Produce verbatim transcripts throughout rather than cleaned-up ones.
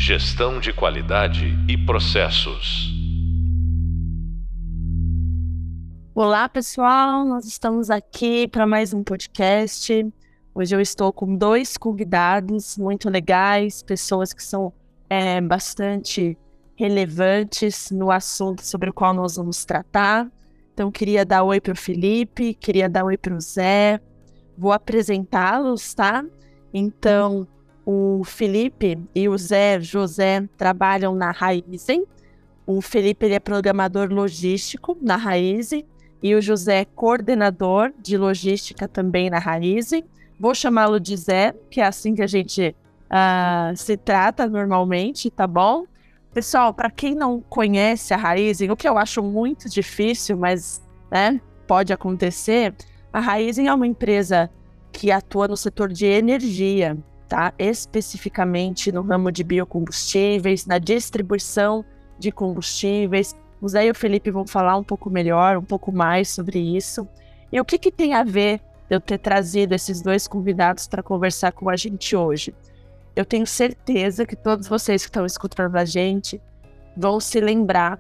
Gestão de qualidade e processos. Olá, pessoal, nós estamos aqui para mais um podcast. Hoje eu estou com dois convidados muito legais, pessoas que são é, bastante relevantes no assunto sobre o qual nós vamos tratar. Então, queria dar oi para o Felipe, queria dar oi para o Zé. Vou apresentá-los, tá? Então, o Felipe e o Zé, José, trabalham na Raizen. O Felipe ele é programador logístico na Raizen e o José é coordenador de logística também na Raizen. Vou chamá-lo de Zé, que é assim que a gente uh, se trata normalmente, tá bom? Pessoal, para quem não conhece a Raizen, o que eu acho muito difícil, mas né, pode acontecer, a Raizen é uma empresa que atua no setor de energia, tá? Especificamente no ramo de biocombustíveis, na distribuição de combustíveis. O Zé e o Felipe vão falar um pouco melhor, um pouco mais sobre isso. E o que, que tem a ver eu ter trazido esses dois convidados para conversar com a gente hoje? Eu tenho certeza que todos vocês que estão escutando a gente vão se lembrar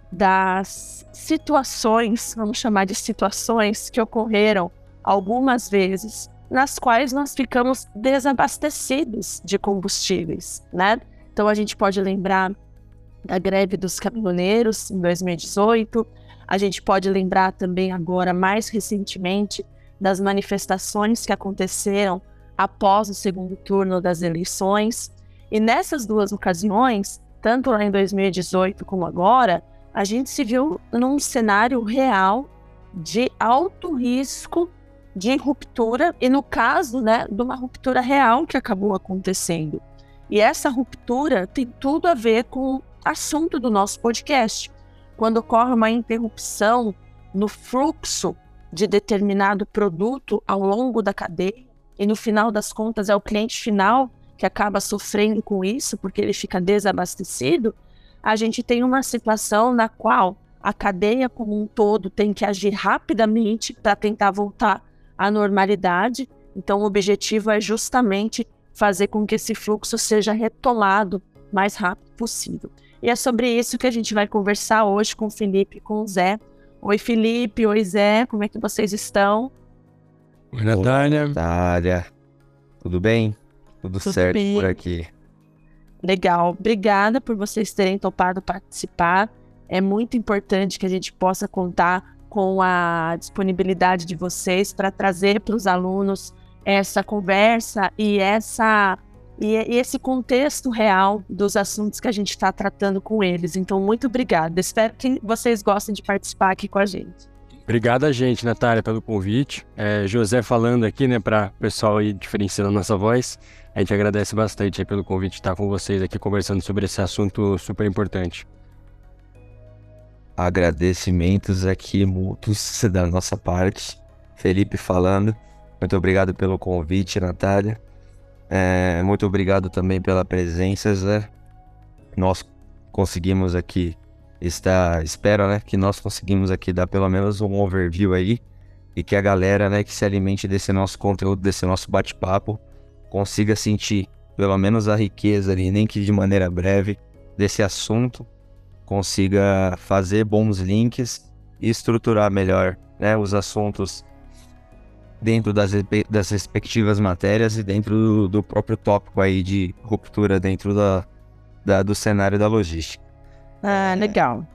das situações, vamos chamar de situações, que ocorreram algumas vezes, nas quais nós ficamos desabastecidos de combustíveis, né? Então a gente pode lembrar da greve dos caminhoneiros em dois mil e dezoito, a gente pode lembrar também agora, mais recentemente, das manifestações que aconteceram após o segundo turno das eleições. E nessas duas ocasiões, tanto lá em dois mil e dezoito como agora, a gente se viu num cenário real de alto risco de ruptura, e no caso, né, de uma ruptura real que acabou acontecendo. E essa ruptura tem tudo a ver com o assunto do nosso podcast. Quando ocorre uma interrupção no fluxo de determinado produto ao longo da cadeia, e no final das contas é o cliente final que acaba sofrendo com isso, porque ele fica desabastecido, a gente tem uma situação na qual a cadeia como um todo tem que agir rapidamente para tentar voltar à normalidade. Então o objetivo é justamente fazer com que esse fluxo seja retomado o mais rápido possível. E é sobre isso que a gente vai conversar hoje com o Felipe e com o Zé. Oi, Felipe, oi, Zé, como é que vocês estão? Oi, Natália. Oi, Natália. Tudo bem? Tudo, Tudo certo bem. Por aqui. Legal, obrigada por vocês terem topado participar. É muito importante que a gente possa contar com a disponibilidade de vocês para trazer para os alunos essa conversa e, essa, e, e esse contexto real dos assuntos que a gente está tratando com eles. Então, muito obrigada. Espero que vocês gostem de participar aqui com a gente. Obrigado a gente, Natália, pelo convite. É, José falando aqui, né, para o pessoal ir diferenciando a nossa voz. A gente agradece bastante aí pelo convite de estar com vocês aqui conversando sobre esse assunto super importante. Agradecimentos aqui mútuos da nossa parte. Felipe falando. Muito obrigado pelo convite, Natália. É, muito obrigado também pela presença, Zé. Nós conseguimos aqui Está, espero, né, que nós conseguimos aqui dar pelo menos um overview aí e que a galera, né, que se alimente desse nosso conteúdo, desse nosso bate-papo, consiga sentir pelo menos a riqueza ali, nem que de maneira breve, desse assunto, consiga fazer bons links e estruturar melhor, né, os assuntos dentro das, das respectivas matérias e dentro do, do próprio tópico aí de ruptura dentro da, da, do cenário da logística. Ah, legal.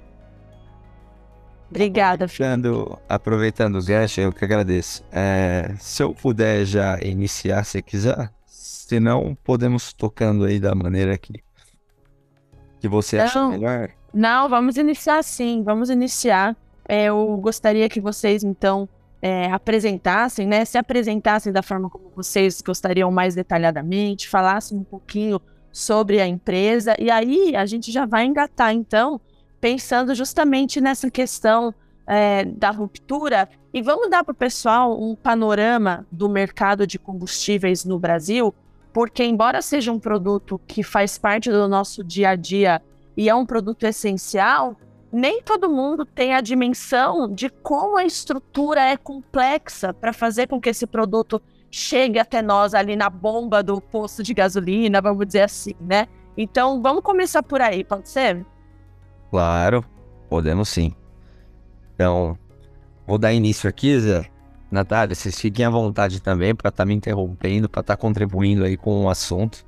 Obrigada, Aproveitando, aproveitando o gancho, eu que agradeço. É, se eu puder já iniciar, se quiser, se não, podemos tocando aí da maneira que, que você não, acha melhor. Não, vamos iniciar sim, vamos iniciar. É, eu gostaria que vocês, então, é, apresentassem, né, se apresentassem da forma como vocês gostariam mais detalhadamente, falassem um pouquinho sobre a empresa, e aí a gente já vai engatar, então, pensando justamente nessa questão é, da ruptura, e vamos dar para o pessoal um panorama do mercado de combustíveis no Brasil, porque embora seja um produto que faz parte do nosso dia a dia e é um produto essencial, nem todo mundo tem a dimensão de como a estrutura é complexa para fazer com que esse produto chegue até nós ali na bomba do posto de gasolina, vamos dizer assim, né? Então, vamos começar por aí, pode ser? Claro, podemos sim. Então, vou dar início aqui, Zé. Natália, vocês fiquem à vontade também para estar me interrompendo, para estar contribuindo aí com o assunto.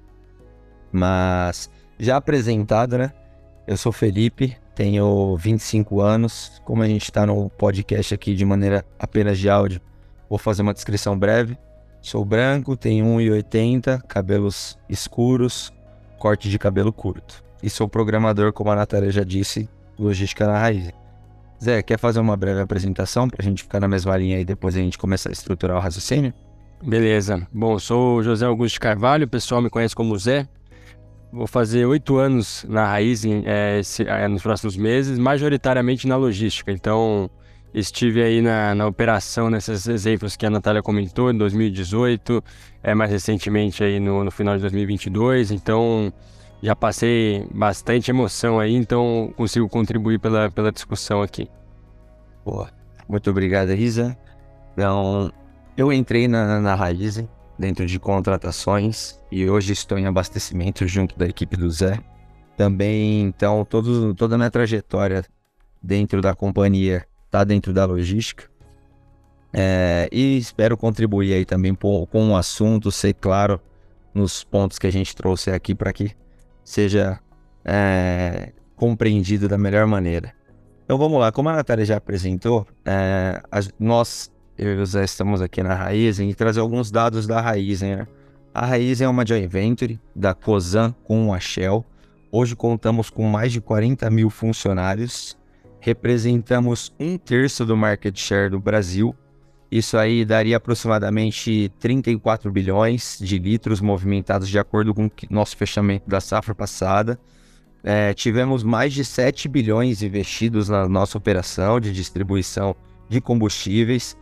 Mas, já apresentado, né? Eu sou Felipe, tenho vinte e cinco anos. Como a gente está no podcast aqui de maneira apenas de áudio, vou fazer uma descrição breve. Sou branco, tenho um metro e oitenta, cabelos escuros, corte de cabelo curto. E sou programador, como a Natália já disse, logística na Raizen. Zé, quer fazer uma breve apresentação para a gente ficar na mesma linha e depois a gente começar a estruturar o raciocínio? Beleza. Bom, sou o José Augusto de Carvalho, o pessoal me conhece como Zé. Vou fazer oito anos na Raizen é, é, nos próximos meses, majoritariamente na logística. Então, estive aí na, na operação, nesses exemplos que a Natália comentou, em dois mil e dezoito, é, mais recentemente aí no, no final de dois mil e vinte e dois. Então, já passei bastante emoção aí, então consigo contribuir pela, pela discussão aqui. Boa. Muito obrigado, Risa. Então, eu entrei na, na Raizen dentro de contratações e hoje estou em abastecimento junto da equipe do Zé. Também, então, todo, toda a minha trajetória dentro da companhia está dentro da logística. É, e espero contribuir aí também com, com o assunto, ser claro nos pontos que a gente trouxe aqui para que seja é, compreendido da melhor maneira. Então vamos lá, como a Natália já apresentou, é, as, nós, eu e o Zé, estamos aqui na Raizen e trazer alguns dados da Raizen, né? A Raizen é uma joint venture da Cosan com a Shell. Hoje contamos com mais de quarenta mil funcionários, representamos um terço do market share do Brasil. Isso aí daria aproximadamente trinta e quatro bilhões de litros movimentados de acordo com o nosso fechamento da safra passada. É, tivemos mais de sete bilhões investidos na nossa operação de distribuição de combustíveis.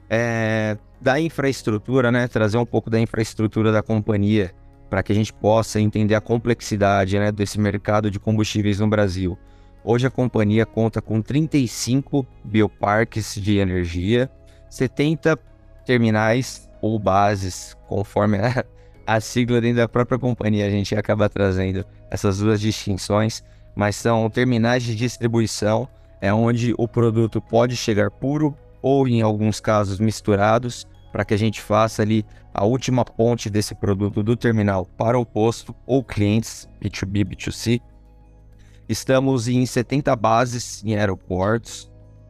É, da infraestrutura, né, trazer um pouco da infraestrutura da companhia para que a gente possa entender a complexidade, né, desse mercado de combustíveis no Brasil. Hoje a companhia conta com trinta e cinco bioparques de energia, setenta terminais ou bases, conforme a, a sigla dentro da própria companhia, a gente acaba trazendo essas duas distinções, mas são terminais de distribuição, é onde o produto pode chegar puro ou, em alguns casos, misturados, para que a gente faça ali a última ponte desse produto do terminal para o posto ou clientes B dois B, B dois C. Estamos em setenta bases em aeroportos,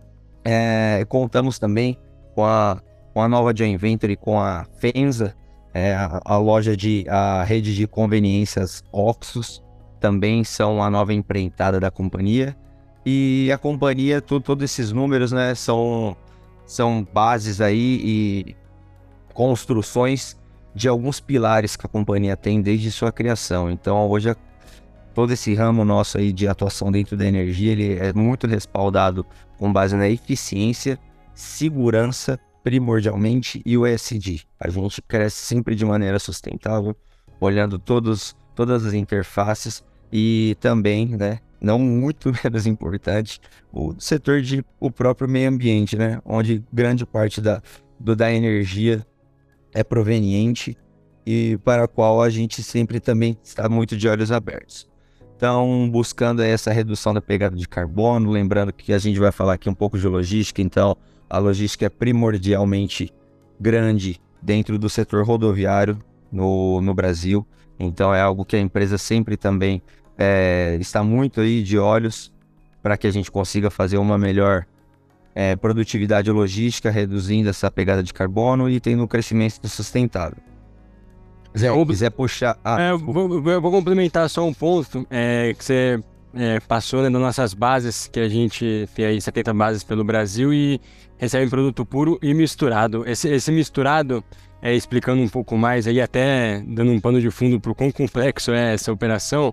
é, contamos também com a, com a nova joint venture, com a Fenza, é, a, a loja de, a rede de conveniências Oxus, também são a nova empreitada da companhia. E a companhia, tu, todos esses números, né, são, são bases aí e construções de alguns pilares que a companhia tem desde sua criação. Então, hoje, a, todo esse ramo nosso aí de atuação dentro da energia, ele é muito respaldado com base na eficiência, segurança, primordialmente, e o E S G. A gente cresce sempre de maneira sustentável, olhando todos, todas as interfaces e também, né, não muito menos importante, o setor de o próprio meio ambiente, né, onde grande parte da, do, da energia é proveniente e para a qual a gente sempre também está muito de olhos abertos. Então, buscando essa redução da pegada de carbono, lembrando que a gente vai falar aqui um pouco de logística, então a logística é primordialmente grande dentro do setor rodoviário no, no Brasil, então é algo que a empresa sempre também é, está muito aí de olhos para que a gente consiga fazer uma melhor é, produtividade logística, reduzindo essa pegada de carbono e tendo um crescimento sustentável. Zé, se quiser puxar... Ah, é, vou, vou complementar só um ponto é, que você é, passou, né, das nossas bases, que a gente tem aí setenta bases pelo Brasil e recebe produto puro e misturado. Esse, esse misturado, é, explicando um pouco mais, aí até dando um pano de fundo para o quão complexo é essa operação,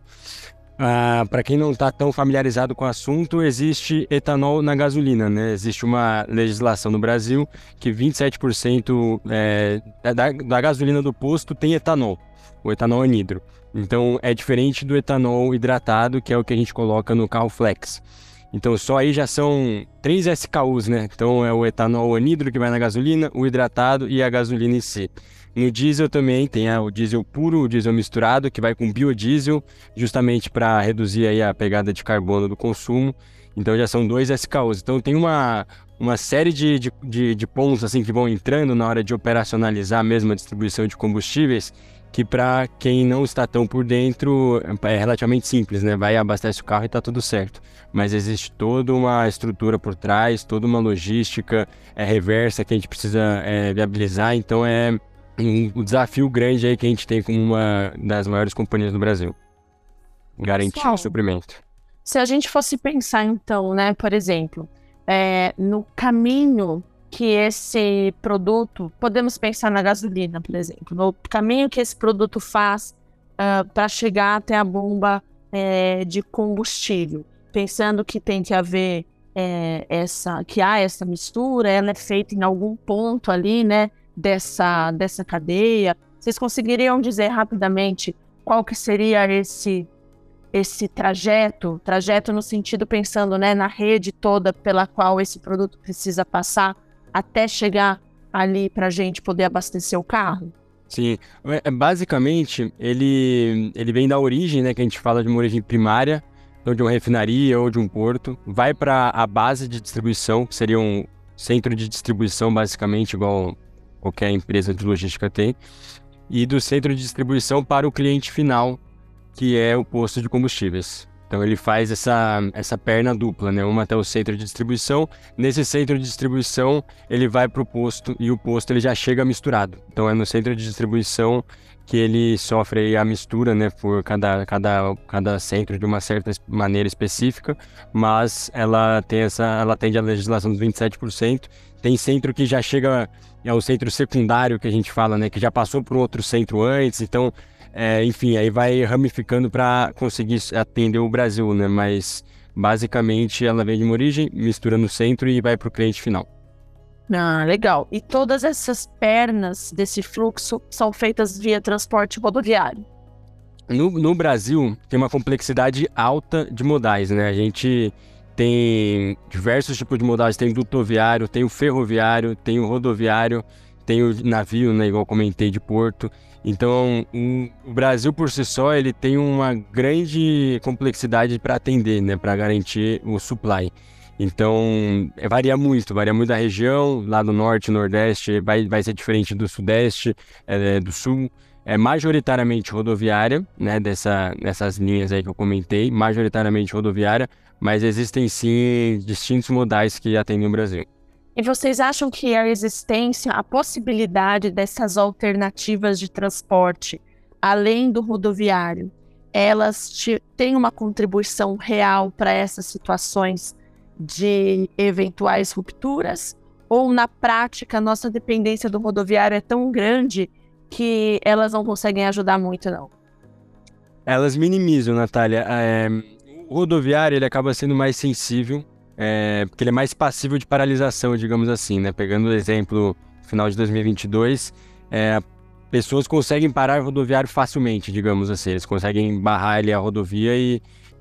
ah, para quem não está tão familiarizado com o assunto, existe etanol na gasolina, né? Existe uma legislação no Brasil que vinte e sete por cento é, da, da gasolina do posto tem etanol, o etanol anidro. Então é diferente do etanol hidratado, que é o que a gente coloca no carro flex. Então só aí já são três S K Us, né? Então é o etanol anidro que vai na gasolina, o hidratado e a gasolina em si. No diesel também tem o diesel puro, o diesel misturado, que vai com biodiesel, justamente para reduzir aí a pegada de carbono do consumo. Então já são dois S K Us. Então tem uma, uma série de, de, de, de pontos assim, que vão entrando na hora de operacionalizar mesmo a distribuição de combustíveis, que para quem não está tão por dentro é relativamente simples, né? Vai, abastece o carro e está tudo certo. Mas existe toda uma estrutura por trás, toda uma logística é, reversa que a gente precisa é, viabilizar. Então é um, um desafio grande aí que a gente tem como uma das maiores companhias do Brasil. Garantir Pessoal, o suprimento. Se a gente fosse pensar então, né, por exemplo, é, no caminho que esse produto, podemos pensar na gasolina, por exemplo, no caminho que esse produto faz uh, para chegar até a bomba é, de combustível, pensando que tem que haver é, essa, que há essa mistura, ela é feita em algum ponto ali, né, dessa, dessa cadeia. Vocês conseguiriam dizer rapidamente qual que seria esse esse trajeto, trajeto no sentido pensando, né, na rede toda pela qual esse produto precisa passar até chegar ali para a gente poder abastecer o carro? Sim, é, basicamente ele, ele vem da origem, né, que a gente fala de uma origem primária, então de uma refinaria ou de um porto, vai para a base de distribuição, que seria um centro de distribuição basicamente, igual qualquer empresa de logística tem, e do centro de distribuição para o cliente final, que é o posto de combustíveis. Então ele faz essa, essa perna dupla, né? Uma até o centro de distribuição. Nesse centro de distribuição, ele vai para o posto e o posto ele já chega misturado. Então é no centro de distribuição que ele sofre aí a mistura, né? Por cada, cada, cada centro de uma certa maneira específica, mas ela tem essa, ela atende a legislação dos vinte e sete por cento. Tem centro que já chega, é o centro secundário que a gente fala, né? Que já passou por outro centro antes, então... É, enfim, aí vai ramificando para conseguir atender o Brasil, né? Mas basicamente ela vem de uma origem, mistura no centro e vai para o cliente final. Ah, legal. E todas essas pernas desse fluxo são feitas via transporte rodoviário? No, no Brasil tem uma complexidade alta de modais, né? A gente tem diversos tipos de modais, tem o dutoviário, tem o ferroviário, tem o rodoviário, tem o navio, né? Igual comentei, de porto. Então, um, o Brasil por si só, ele tem uma grande complexidade para atender, né, para garantir o supply. Então, é, varia muito, varia muito da região, lá do norte, nordeste, vai, vai ser diferente do sudeste, é, do sul. É majoritariamente rodoviária, né, dessa, dessas linhas aí que eu comentei, majoritariamente rodoviária, mas existem sim distintos modais que atendem o Brasil. E vocês acham que a existência, a possibilidade dessas alternativas de transporte, além do rodoviário, elas te, têm uma contribuição real para essas situações de eventuais rupturas? Ou, na prática, a nossa dependência do rodoviário é tão grande que elas não conseguem ajudar muito, não? Elas minimizam, Natália. É, o rodoviário ele acaba sendo mais sensível, É, porque ele é mais passível de paralisação, digamos assim, né? Pegando o exemplo final de dois mil e vinte e dois, é, pessoas conseguem parar o rodoviário facilmente, digamos assim. Eles conseguem barrar ali a rodovia e,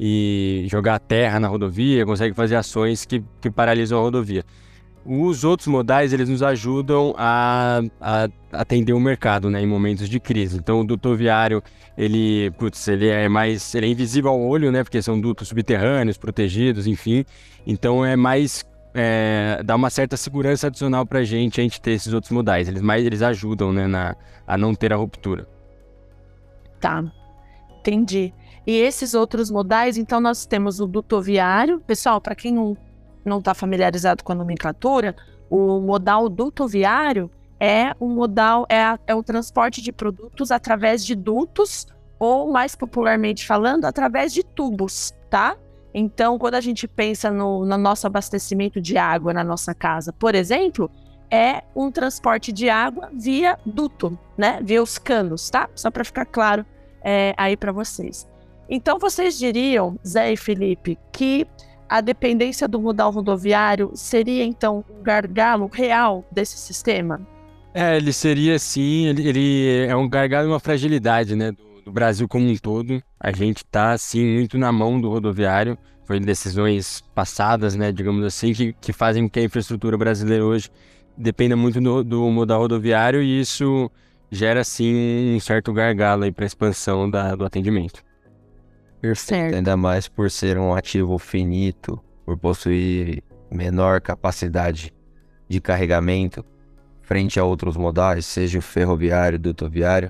e jogar terra na rodovia, conseguem fazer ações que, que paralisam a rodovia. Os outros modais, eles nos ajudam a, a atender o mercado, né, em momentos de crise. Então, o dutoviário, ele, putz, ele é mais, ele é invisível ao olho, né, porque são dutos subterrâneos, protegidos, enfim. Então, é mais, é, dá uma certa segurança adicional pra gente, a gente ter esses outros modais. Eles mais, eles ajudam, né, na, a não ter a ruptura. Tá, entendi. E esses outros modais, então, nós temos o dutoviário. Pessoal, para quem não não está familiarizado com a nomenclatura, o modal dutoviário é o modal, é, a, é o transporte de produtos através de dutos, ou mais popularmente falando, através de tubos, tá? Então, quando a gente pensa no, no nosso abastecimento de água na nossa casa, por exemplo, é um transporte de água via duto, né? Via os canos, tá? Só para ficar claro é, aí para vocês. Então, vocês diriam, Zé e Felipe, que a dependência do modal rodoviário seria, então, um gargalo real desse sistema? É, ele seria sim, ele, ele é um gargalo e uma fragilidade, né, do, do Brasil como um todo, a gente está, assim, muito na mão do rodoviário. Foi decisões passadas, né, digamos assim, que, que fazem com que a infraestrutura brasileira hoje dependa muito do, do modal rodoviário, e isso gera, sim, um certo gargalo para a expansão da, do atendimento. Perfeito, Certo. ainda mais por ser um ativo finito, por possuir menor capacidade de carregamento frente a outros modais, seja o ferroviário, dutoviário.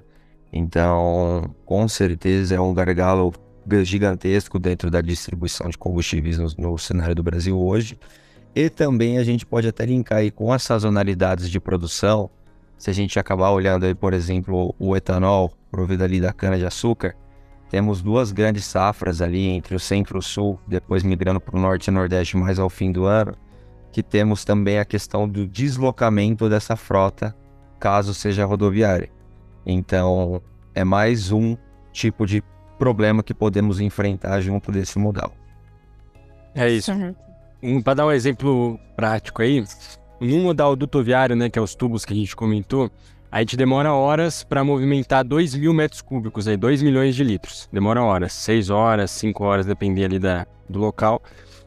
Então, com certeza é um gargalo gigantesco dentro da distribuição de combustíveis no, no cenário do Brasil hoje. E também a gente pode até linkar aí com as sazonalidades de produção. Se a gente acabar olhando aí, por exemplo, o etanol provido ali da cana-de-açúcar, temos duas grandes safras ali entre o centro e o sul, depois migrando para o norte e nordeste mais ao fim do ano, que temos também a questão do deslocamento dessa frota, caso seja rodoviária. Então, é mais um tipo de problema que podemos enfrentar junto desse modal. É isso. Certo. Um, para dar um exemplo prático aí, no modal dutoviário, né, que é os tubos que a gente comentou, a gente demora horas para movimentar dois mil metros cúbicos, aí, dois milhões de litros. Demora horas, seis horas, cinco horas, depende ali da, do local.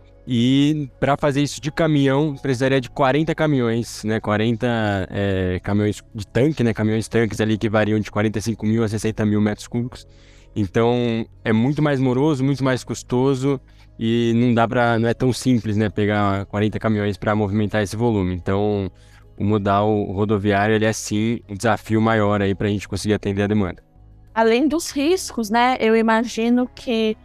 E para fazer isso de caminhão, precisaria de quarenta caminhões, né? quarenta é, caminhões de tanque, né? Caminhões tanques ali que variam de quarenta e cinco mil a sessenta mil metros cúbicos. Então é muito mais moroso, muito mais custoso e não dá para, não é tão simples, né? Pegar quarenta caminhões para movimentar esse volume. Então o modal rodoviário, ele é sim um desafio maior aí para a gente conseguir atender a demanda. Além dos riscos, né? Eu imagino que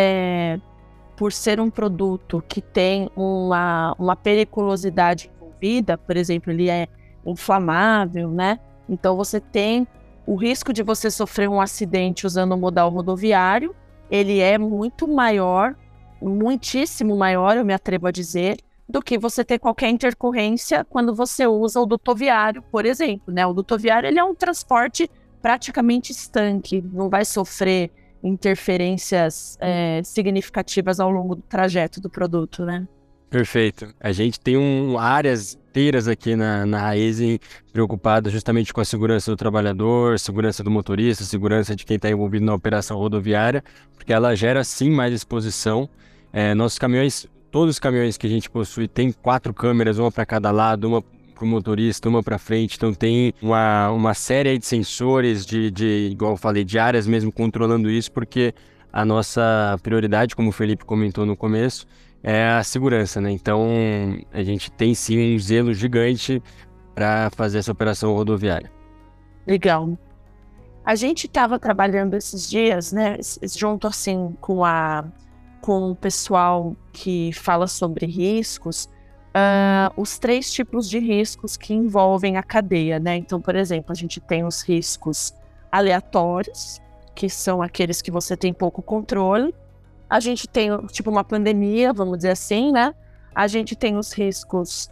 é, por ser um produto que tem uma, uma periculosidade envolvida, por exemplo, ele é inflamável, né? Então você tem o risco de você sofrer um acidente usando o modal rodoviário, ele é muito maior, muitíssimo maior, eu me atrevo a dizer, do que você ter qualquer intercorrência quando você usa o dutoviário, por exemplo, né? O dutoviário, ele é um transporte praticamente estanque, não vai sofrer interferências é, significativas ao longo do trajeto do produto, né? Perfeito. A gente tem um, áreas inteiras aqui na, na Raízen preocupadas justamente com a segurança do trabalhador, segurança do motorista, segurança de quem está envolvido na operação rodoviária, porque ela gera sim mais exposição. É, nossos caminhões, todos os caminhões que a gente possui tem quatro câmeras, uma para cada lado, uma para o motorista, uma para frente, então tem uma, uma série de sensores, de, de, igual eu falei, de áreas mesmo controlando isso, porque a nossa prioridade, como o Felipe comentou no começo, é a segurança, né? Então a gente tem sim um zelo gigante para fazer essa operação rodoviária. Legal. A gente estava trabalhando esses dias, né, junto assim com, a, com o pessoal que fala sobre riscos, Uh, os três tipos de riscos que envolvem a cadeia, né? Então, por exemplo, a gente tem os riscos aleatórios, que são aqueles que você tem pouco controle. A gente tem, tipo, uma pandemia, vamos dizer assim, né? A gente tem os riscos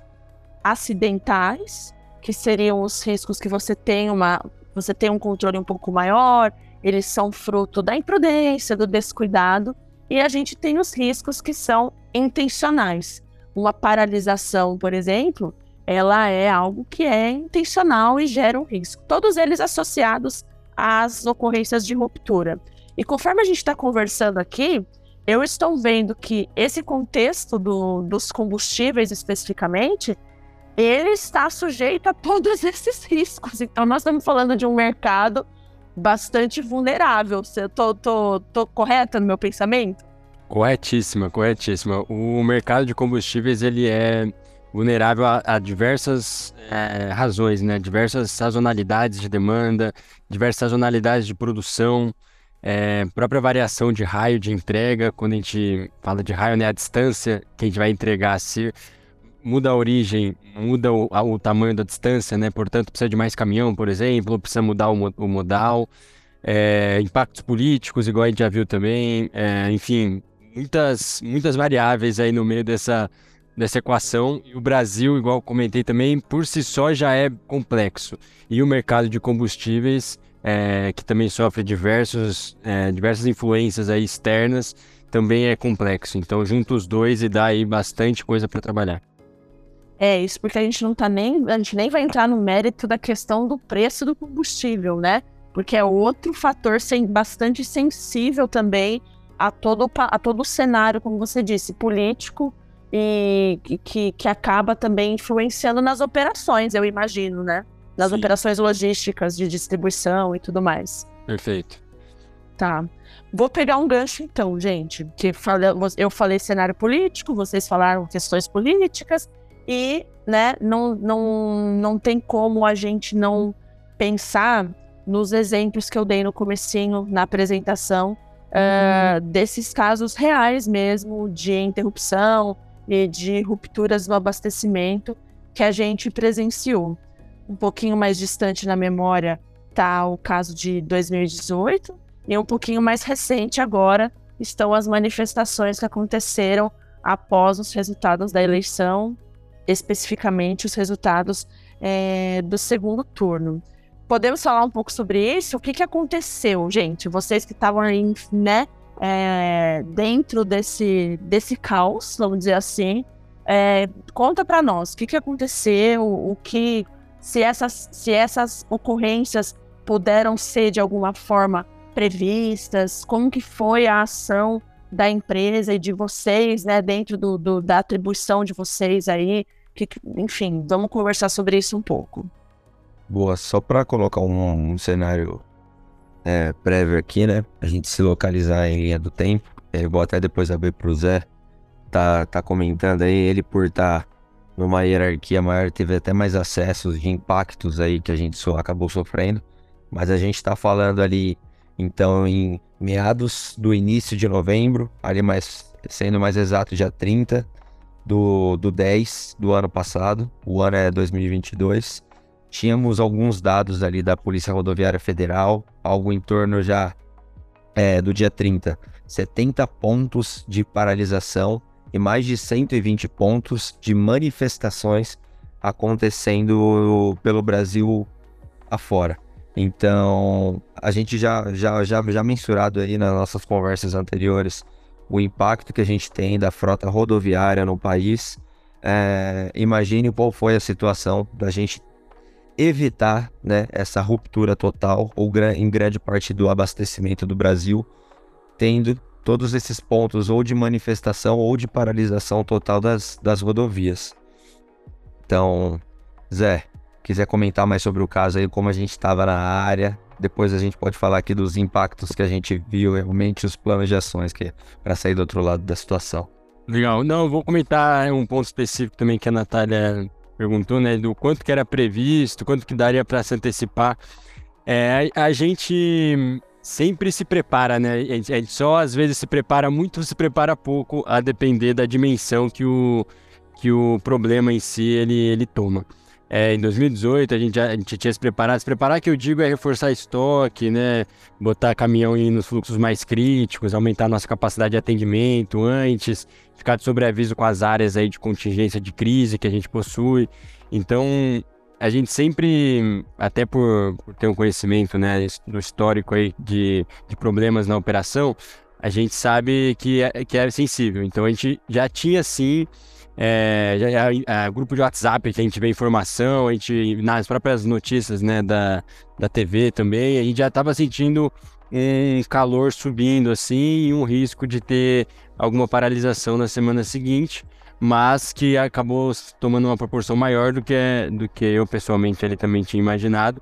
acidentais, que seriam os riscos que você tem, uma, você tem um controle um pouco maior, eles são fruto da imprudência, do descuidado. E a gente tem os riscos que são intencionais. Uma paralisação, por exemplo, ela é algo que é intencional e gera um risco. Todos eles associados às ocorrências de ruptura. E conforme a gente está conversando aqui, eu estou vendo que esse contexto do, dos combustíveis especificamente, ele está sujeito a todos esses riscos. Então nós estamos falando de um mercado bastante vulnerável. Eu tô, tô, tô correta no meu pensamento? Corretíssima, corretíssima. O mercado de combustíveis, ele é vulnerável a, a diversas é, razões, né? Diversas sazonalidades de demanda, diversas sazonalidades de produção, é, própria variação de raio de entrega. Quando a gente fala de raio, né? A distância que a gente vai entregar, se muda a origem, muda o, a, o tamanho da distância, né? Portanto, precisa de mais caminhão, por exemplo, precisa mudar o, o modal. É, impactos políticos, igual a gente já viu também, é, enfim... Muitas, muitas variáveis aí no meio dessa, dessa equação, e o Brasil, igual comentei também, por si só já é complexo. E o mercado de combustíveis, é, que também sofre diversos, é, diversas influências aí externas, também é complexo. Então, junta os dois e dá aí bastante coisa para trabalhar. É isso, porque a gente não tá nem, a gente nem vai entrar no mérito da questão do preço do combustível, né? porque é outro fator sem, bastante sensível também a todo, a todo o cenário, como você disse, político, e que, que acaba também influenciando nas operações, eu imagino, né? Nas Sim. operações logísticas de distribuição e tudo mais. Perfeito. Tá. Vou pegar um gancho então, gente, que eu falei cenário político, vocês falaram questões políticas, e né, não, não, não tem como a gente não pensar nos exemplos que eu dei no comecinho, na apresentação, uh, desses casos reais mesmo, de interrupção e de rupturas no abastecimento que a gente presenciou. Um pouquinho mais distante na memória está o caso de dois mil e dezoito, e um pouquinho mais recente agora estão as manifestações que aconteceram após os resultados da eleição, especificamente os resultados é, do segundo turno. Podemos falar um pouco sobre isso? O que, que aconteceu, gente? Vocês que estavam aí, né, é, dentro desse, desse caos, vamos dizer assim, é, conta para nós o que, que aconteceu, o que, se essas, se essas ocorrências puderam ser de alguma forma previstas, como que foi a ação da empresa e de vocês, né, dentro do, do, da atribuição de vocês aí, que, enfim, vamos conversar sobre isso um pouco. Boa, só para colocar um, um cenário é, prévio aqui, né, a gente se localizar em linha do tempo, eu vou até depois abrir para o Zé, tá, tá comentando aí, ele por estar tá numa hierarquia maior, teve até mais acessos de impactos aí que a gente só acabou sofrendo, mas a gente tá falando ali, então, em meados do início de novembro, ali mais, sendo mais exato, dia trinta do, do dez do ano passado, o ano é dois mil e vinte e dois, tínhamos alguns dados ali da Polícia Rodoviária Federal, algo em torno já é, do dia trinta, setenta pontos de paralisação e mais de cento e vinte pontos de manifestações acontecendo pelo Brasil afora. Então, a gente já, já, já, já mensurado aí nas nossas conversas anteriores o impacto que a gente tem da frota rodoviária no país. É, imagine qual foi a situação da gente evitar, né, essa ruptura total, ou em grande parte do abastecimento do Brasil, tendo todos esses pontos ou de manifestação ou de paralisação total das, das rodovias. Então, Zé, quiser comentar mais sobre o caso aí, como a gente estava na área, depois a gente pode falar aqui dos impactos que a gente viu, realmente os planos de ações que para sair do outro lado da situação. Legal. Não, eu vou comentar um ponto específico também que a Natália perguntou, né, do quanto que era previsto, quanto que daria para se antecipar. É, a, a gente sempre se prepara, né, a gente, a gente só às vezes se prepara muito, se prepara pouco, a depender da dimensão que o, que o problema em si ele, ele toma. É, em dois mil e dezoito a gente, já, a gente tinha se preparado, se preparar que eu digo é reforçar estoque, né, botar caminhão aí nos fluxos mais críticos, aumentar a nossa capacidade de atendimento antes, ficar de sobreaviso com as áreas aí de contingência de crise que a gente possui. Então, a gente sempre, até por, por ter um conhecimento, né, do histórico aí de, de problemas na operação, a gente sabe que é, que é sensível. Então, a gente já tinha, sim, É, já, é, grupo de WhatsApp que a gente vê informação, a gente, nas próprias notícias, né, da, da T V também, a gente já estava sentindo um calor subindo assim e um risco de ter alguma paralisação na semana seguinte, mas que acabou tomando uma proporção maior do que, do que eu pessoalmente ele também tinha imaginado,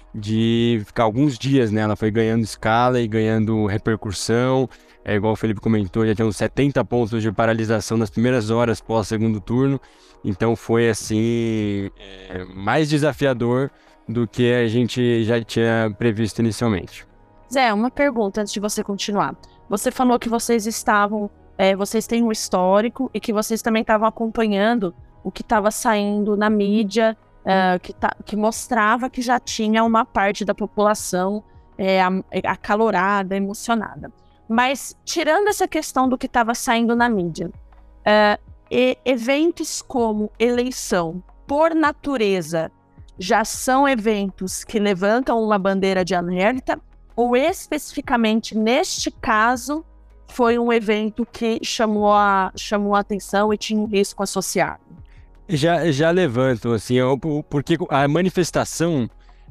de ficar alguns dias, né? Ela foi ganhando escala e ganhando repercussão. É igual o Felipe comentou, já tinha uns setenta pontos de paralisação nas primeiras horas pós-segundo turno. Então foi, assim, é, mais desafiador do que a gente já tinha previsto inicialmente. Zé, uma pergunta antes de você continuar. Você falou que vocês estavam, é, vocês têm um histórico e que vocês também estavam acompanhando o que estava saindo na mídia, é, que, tá, que mostrava que já tinha uma parte da população é, acalorada, emocionada. Mas, tirando essa questão do que estava saindo na mídia, uh, e eventos como eleição, por natureza, já são eventos que levantam uma bandeira de alerta, ou especificamente neste caso, foi um evento que chamou a, chamou a atenção e tinha um risco associado? Já, já levantam, assim, porque a manifestação,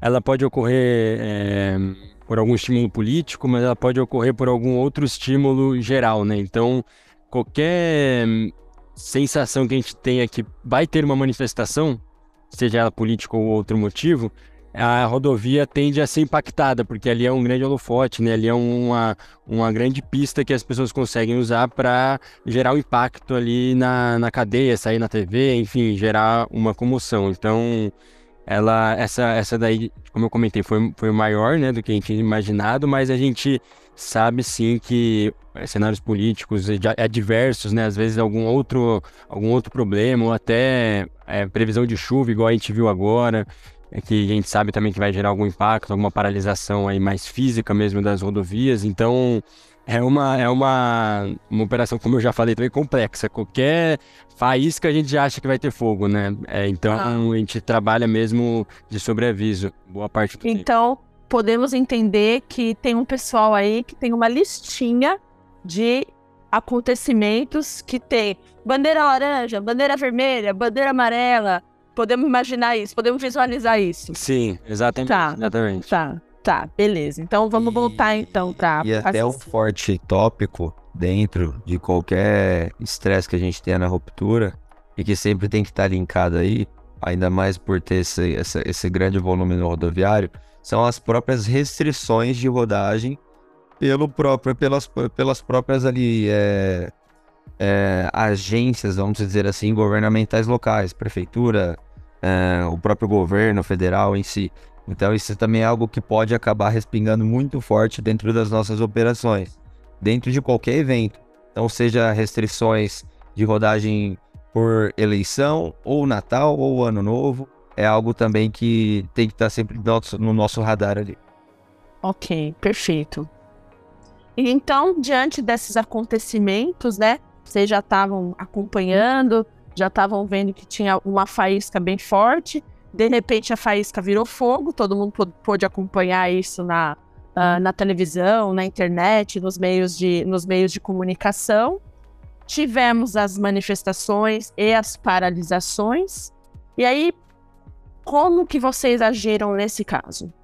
ela pode ocorrer é, por algum estímulo político, mas ela pode ocorrer por algum outro estímulo geral, né? Então, qualquer sensação que a gente tenha que vai ter uma manifestação, seja ela política ou outro motivo, a rodovia tende a ser impactada, porque ali é um grande holofote, né? Ali é uma, uma grande pista que as pessoas conseguem usar para gerar um impacto ali na, na cadeia, sair na T V, enfim, gerar uma comoção. Então, ela, essa, essa daí, como eu comentei, foi, foi maior, né, do que a gente tinha imaginado, mas a gente sabe sim que cenários políticos adversos, né, às vezes algum outro, algum outro problema, ou até é, previsão de chuva, igual a gente viu agora, é que a gente sabe também que vai gerar algum impacto, alguma paralisação aí mais física mesmo das rodovias. Então é uma, é uma, uma operação, como eu já falei, também complexa. Qualquer faísca a gente já acha que vai ter fogo, né? É, então ah. a gente trabalha mesmo de sobreaviso, boa parte do Então tempo. Podemos entender que tem um pessoal aí que tem uma listinha de acontecimentos que tem bandeira laranja, bandeira vermelha, bandeira amarela. Podemos imaginar isso, podemos visualizar isso. Sim, exatamente. Tá, exatamente. tá, tá, beleza. Então vamos e, voltar então pra... E até um forte tópico dentro de qualquer estresse que a gente tenha na ruptura, e que sempre tem que estar linkado aí, ainda mais por ter esse, esse, esse grande volume no rodoviário, são as próprias restrições de rodagem pelo próprio, pelas, pelas próprias ali... É... É, agências, vamos dizer assim, governamentais locais, prefeitura, é, o próprio governo federal em si. Então isso também é algo que pode acabar respingando muito forte dentro das nossas operações, dentro de qualquer evento. Então seja restrições de rodagem por eleição, ou Natal, ou Ano Novo, é algo também que tem que estar sempre no nosso, no nosso radar ali. Ok, perfeito. E então, diante desses acontecimentos, né, vocês já estavam acompanhando, já estavam vendo que tinha uma faísca bem forte, de repente a faísca virou fogo, todo mundo pôde acompanhar isso na, uh, na televisão, na internet, nos meios, de, nos meios de comunicação. Tivemos as manifestações e as paralisações. E aí, como que vocês agiram nesse caso?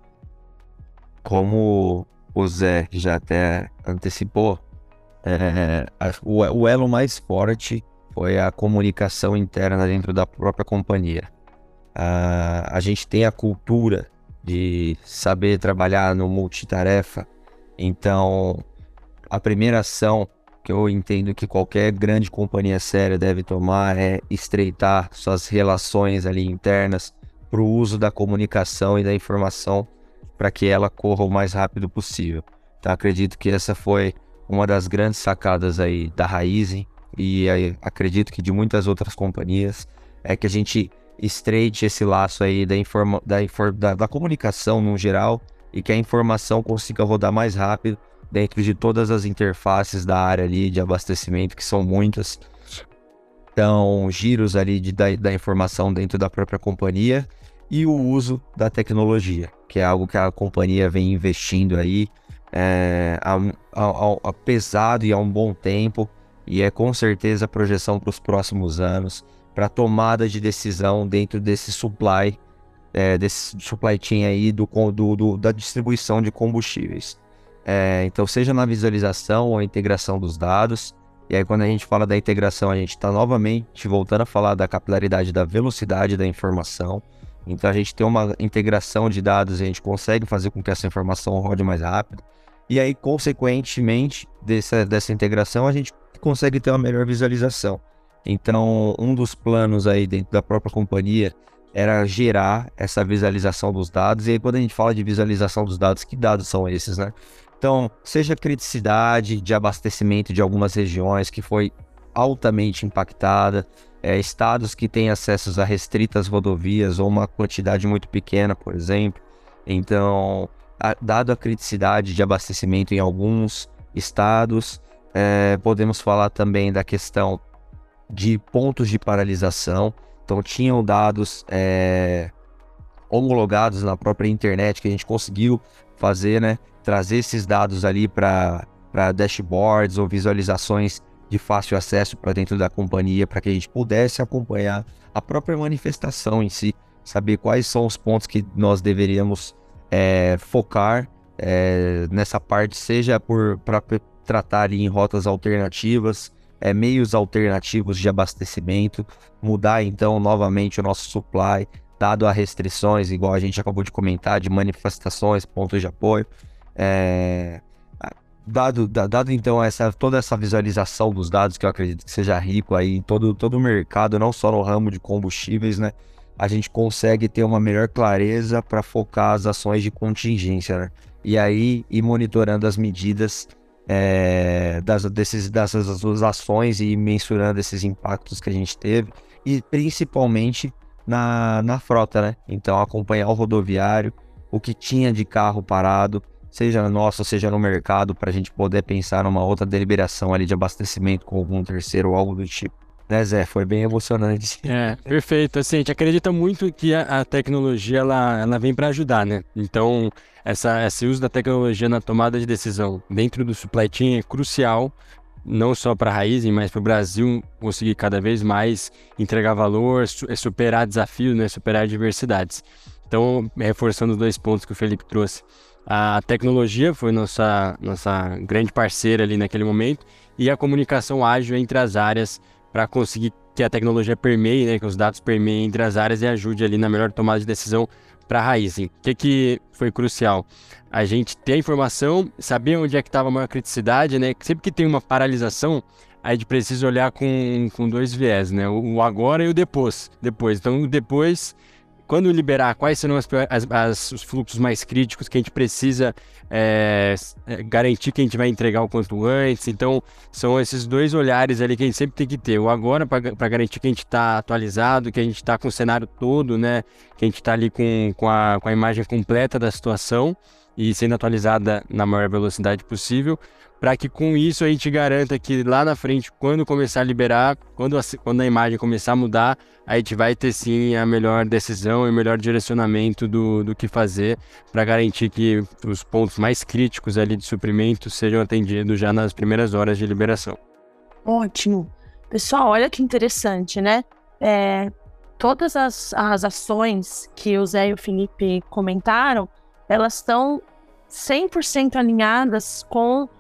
Como o Zé já até antecipou, É, a, o, o elo mais forte foi a comunicação interna dentro da própria companhia. A, a gente tem a cultura de saber trabalhar no multitarefa, então a primeira ação que eu entendo que qualquer grande companhia séria deve tomar é estreitar suas relações ali internas para o uso da comunicação e da informação para que ela corra o mais rápido possível. Então acredito que essa foi uma das grandes sacadas aí da Raízen, e aí, acredito que de muitas outras companhias, é que a gente estreite esse laço aí da, informa, da, da, da comunicação no geral, e que a informação consiga rodar mais rápido dentro de todas as interfaces da área ali de abastecimento, que são muitas. Então, giros ali de, da, da informação dentro da própria companhia, e o uso da tecnologia, que é algo que a companhia vem investindo aí, É, há, há, há pesado e há um bom tempo, e é com certeza a projeção para os próximos anos, para tomada de decisão dentro desse supply, é, desse supply chain aí do, do, do, da distribuição de combustíveis. É, então seja na visualização ou integração dos dados, e aí quando a gente fala da integração, a gente está novamente voltando a falar da capilaridade, da velocidade da informação. Então a gente tem uma integração de dados e a gente consegue fazer com que essa informação rode mais rápido. E aí, consequentemente, dessa, dessa integração, a gente consegue ter uma melhor visualização. Então, um dos planos aí dentro da própria companhia era gerar essa visualização dos dados. E aí, quando a gente fala de visualização dos dados, que dados são esses, né? Então, seja a criticidade de abastecimento de algumas regiões que foi altamente impactada, é, estados que têm acessos a restritas rodovias ou uma quantidade muito pequena, por exemplo. Então, a, dado a criticidade de abastecimento em alguns estados, é, podemos falar também da questão de pontos de paralisação. Então, tinham dados é, homologados na própria internet que a gente conseguiu fazer, né? Trazer esses dados ali para dashboards ou visualizações de fácil acesso para dentro da companhia, para que a gente pudesse acompanhar a própria manifestação em si, saber quais são os pontos que nós deveríamos é, focar é, nessa parte, seja para tratar ali em rotas alternativas, é, meios alternativos de abastecimento, mudar então novamente o nosso supply, dado a restrições, igual a gente acabou de comentar, de manifestações, pontos de apoio. É, dado, dado então essa, toda essa visualização dos dados, que eu acredito que seja rico aí em todo, todo o mercado, não só no ramo de combustíveis, né? A gente consegue ter uma melhor clareza para focar as ações de contingência, né? E aí ir monitorando as medidas é, das, desses, dessas ações e mensurando esses impactos que a gente teve, e principalmente na, na frota, né? Então acompanhar o rodoviário, o que tinha de carro parado, seja no nosso, seja no mercado, para a gente poder pensar numa outra deliberação ali de abastecimento com algum terceiro ou algo do tipo. Né, Zé? Foi bem emocionante. É, perfeito. Assim, a gente acredita muito que a, a tecnologia, ela, ela vem para ajudar, né? Então, essa, esse uso da tecnologia na tomada de decisão dentro do supply chain é crucial, não só para a Raízen, mas para o Brasil conseguir cada vez mais entregar valor, su- superar desafios, né? Superar adversidades. Então, reforçando os dois pontos que o Felipe trouxe. A tecnologia foi nossa, nossa grande parceira ali naquele momento, e a comunicação ágil entre as áreas para conseguir que a tecnologia permeie, né, que os dados permeiem entre as áreas e ajude ali na melhor tomada de decisão para a Raízen. O que, que foi crucial? A gente ter a informação, saber onde é que estava a maior criticidade, né? Sempre que tem uma paralisação, a gente precisa olhar com, com dois viés, né? O, o agora e o depois. depois. Então, o depois, quando liberar, quais serão as, as, as, os fluxos mais críticos que a gente precisa é, garantir que a gente vai entregar o quanto antes. Então, são esses dois olhares ali que a gente sempre tem que ter. O agora para garantir que a gente está atualizado, que a gente está com o cenário todo, né? Que a gente está ali com, com, a, com a imagem completa da situação e sendo atualizada na maior velocidade possível, para que com isso a gente garanta que lá na frente, quando começar a liberar, quando a, quando a imagem começar a mudar, a gente vai ter sim a melhor decisão e o melhor direcionamento do, do que fazer, para garantir que os pontos mais críticos ali de suprimento sejam atendidos já nas primeiras horas de liberação. Ótimo. Pessoal, olha que interessante, né? É, todas as, as ações que o Zé e o Felipe comentaram, elas estão cem por cento alinhadas com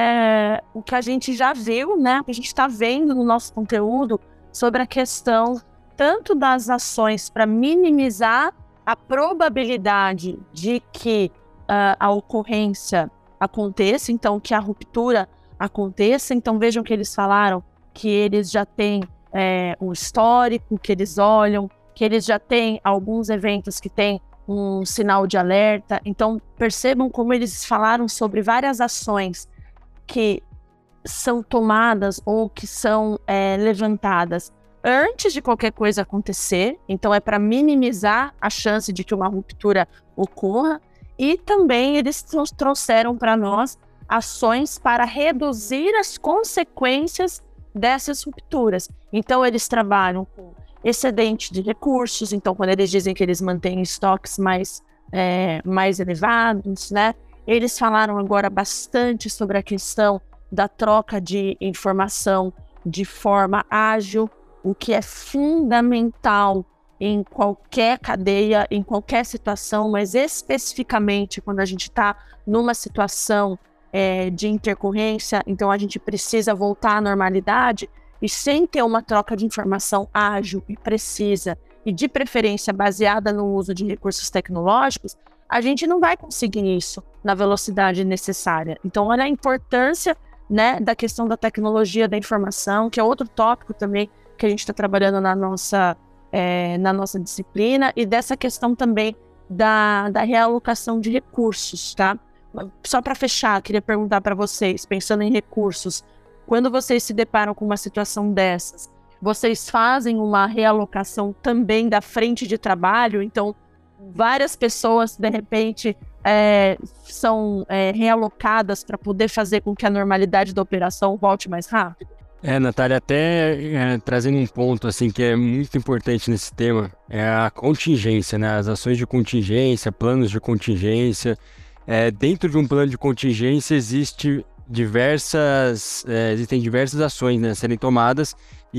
É, o que a gente já viu, né? O que a gente está vendo no nosso conteúdo sobre a questão tanto das ações para minimizar a probabilidade de que uh, a ocorrência aconteça, então que a ruptura aconteça. Então vejam que eles falaram que eles já têm é, um histórico, que eles olham, que eles já têm alguns eventos que têm um sinal de alerta. Então percebam como eles falaram sobre várias ações que são tomadas ou que são é, levantadas antes de qualquer coisa acontecer. Então é para minimizar a chance de que uma ruptura ocorra, e também eles trouxeram para nós ações para reduzir as consequências dessas rupturas. Então eles trabalham com excedente de recursos, então quando eles dizem que eles mantêm estoques mais, é, mais elevados, né? Eles falaram agora bastante sobre a questão da troca de informação de forma ágil, o que é fundamental em qualquer cadeia, em qualquer situação, mas especificamente quando a gente está numa situação é, de intercorrência. Então a gente precisa voltar à normalidade, e sem ter uma troca de informação ágil e precisa, e de preferência baseada no uso de recursos tecnológicos, a gente não vai conseguir isso na velocidade necessária. Então, olha a importância, né, da questão da tecnologia da informação, que é outro tópico também que a gente está trabalhando na nossa, é, na nossa disciplina, e dessa questão também da, da realocação de recursos, tá? Só para fechar, queria perguntar para vocês, pensando em recursos, quando vocês se deparam com uma situação dessas, vocês fazem uma realocação também da frente de trabalho? Então, várias pessoas, de repente, é, são é, realocadas para poder fazer com que a normalidade da operação volte mais rápido? É, Natália, até é, trazendo um ponto assim que é muito importante nesse tema, é a contingência, né? As ações de contingência, planos de contingência. É, dentro de um plano de contingência existe diversas, é, existem diversas ações, né, a serem tomadas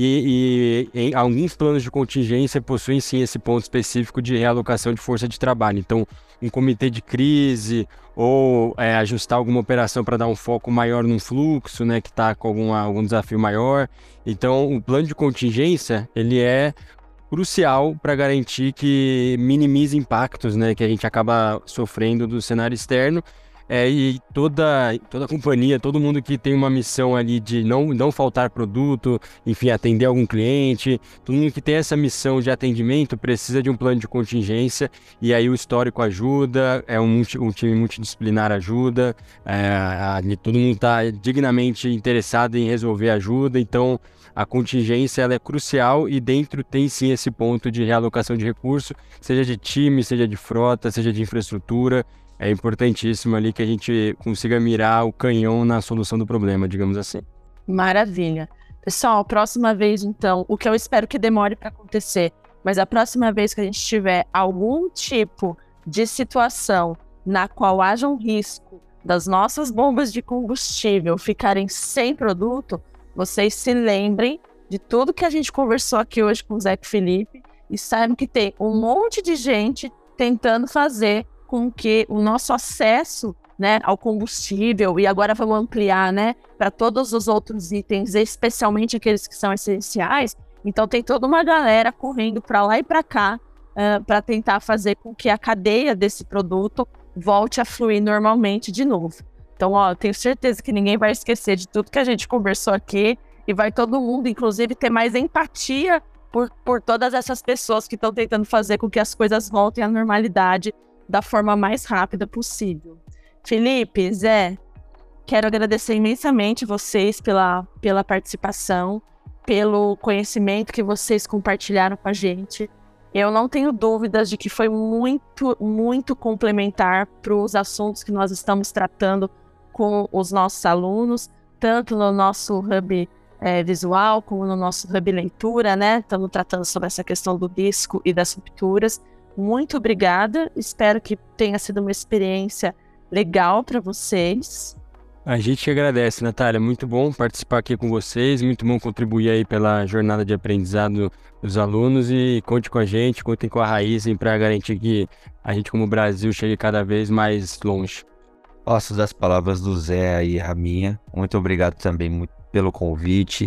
e, e em alguns planos de contingência possuem sim esse ponto específico de realocação de força de trabalho. Então, um comitê de crise ou é, ajustar alguma operação para dar um foco maior num fluxo, né, que está com algum, algum desafio maior. Então, o plano de contingência, ele é crucial para garantir que minimize impactos, né, que a gente acaba sofrendo do cenário externo. É, e toda, toda a companhia, todo mundo que tem uma missão ali de não, não faltar produto, enfim, atender algum cliente, todo mundo que tem essa missão de atendimento precisa de um plano de contingência, e aí o histórico ajuda, é um, um time multidisciplinar ajuda, é, a, todo mundo está dignamente interessado em resolver ajuda, então a contingência ela é crucial e dentro tem sim esse ponto de realocação de recurso, seja de time, seja de frota, seja de infraestrutura. É importantíssimo ali que a gente consiga mirar o canhão na solução do problema, digamos assim. Maravilha. Pessoal, próxima vez, então, o que eu espero que demore para acontecer, mas a próxima vez que a gente tiver algum tipo de situação na qual haja um risco das nossas bombas de combustível ficarem sem produto, vocês se lembrem de tudo que a gente conversou aqui hoje com o Zé e Felipe e saibam que tem um monte de gente tentando fazer com que o nosso acesso, né, ao combustível, e agora vamos ampliar, né, para todos os outros itens, especialmente aqueles que são essenciais. Então tem toda uma galera correndo para lá e para cá uh, para tentar fazer com que a cadeia desse produto volte a fluir normalmente de novo. Então, ó, eu tenho certeza que ninguém vai esquecer de tudo que a gente conversou aqui e vai todo mundo, inclusive, ter mais empatia por, por todas essas pessoas que estão tentando fazer com que as coisas voltem à normalidade da forma mais rápida possível. Felipe, Zé, quero agradecer imensamente vocês pela, pela participação, pelo conhecimento que vocês compartilharam com a gente. Eu não tenho dúvidas de que foi muito, muito complementar para os assuntos que nós estamos tratando com os nossos alunos, tanto no nosso hub é, visual, como no nosso hub leitura, né? Estamos tratando sobre essa questão do disco e das rupturas. Muito obrigada, espero que tenha sido uma experiência legal para vocês. A gente que agradece, Natália, muito bom participar aqui com vocês, muito bom contribuir aí pela jornada de aprendizado dos alunos e conte com a gente, contem com a Raizen para garantir que a gente como Brasil chegue cada vez mais longe. Gosto das palavras do Zé e a minha, muito obrigado também muito pelo convite.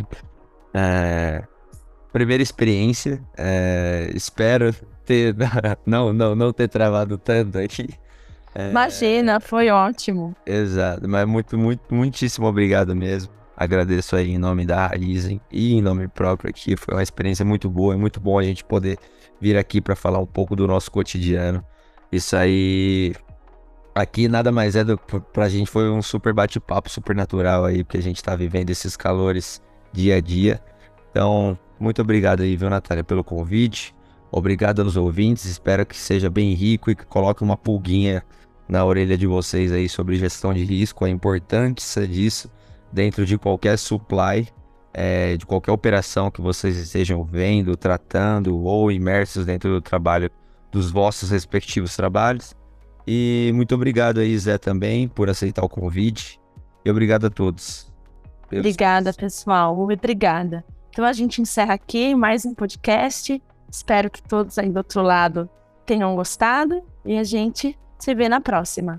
É... Primeira experiência, é... espero ter não, não, não ter travado tanto aqui. É... Imagina, foi ótimo. Exato, mas muito, muito, muitíssimo obrigado mesmo. Agradeço aí em nome da Raizen e em nome próprio aqui. Foi uma experiência muito boa, é muito bom a gente poder vir aqui para falar um pouco do nosso cotidiano. Isso aí, aqui nada mais é do pra gente, foi um super bate-papo, super natural aí, porque a gente tá vivendo esses calores dia a dia. Então, muito obrigado aí, viu, Natália, pelo convite. Obrigado aos ouvintes, espero que seja bem rico e que coloque uma pulguinha na orelha de vocês aí sobre gestão de risco, a importância disso dentro de qualquer supply, é, de qualquer operação que vocês estejam vendo, tratando ou imersos dentro do trabalho, dos vossos respectivos trabalhos. E muito obrigado aí, Zé, também, por aceitar o convite. E obrigado a todos. Obrigada, pessoal. Obrigada. Então a gente encerra aqui mais um podcast. Espero que todos aí do outro lado tenham gostado e a gente se vê na próxima.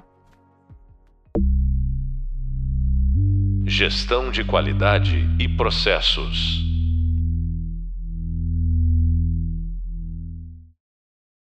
Gestão de qualidade e processos.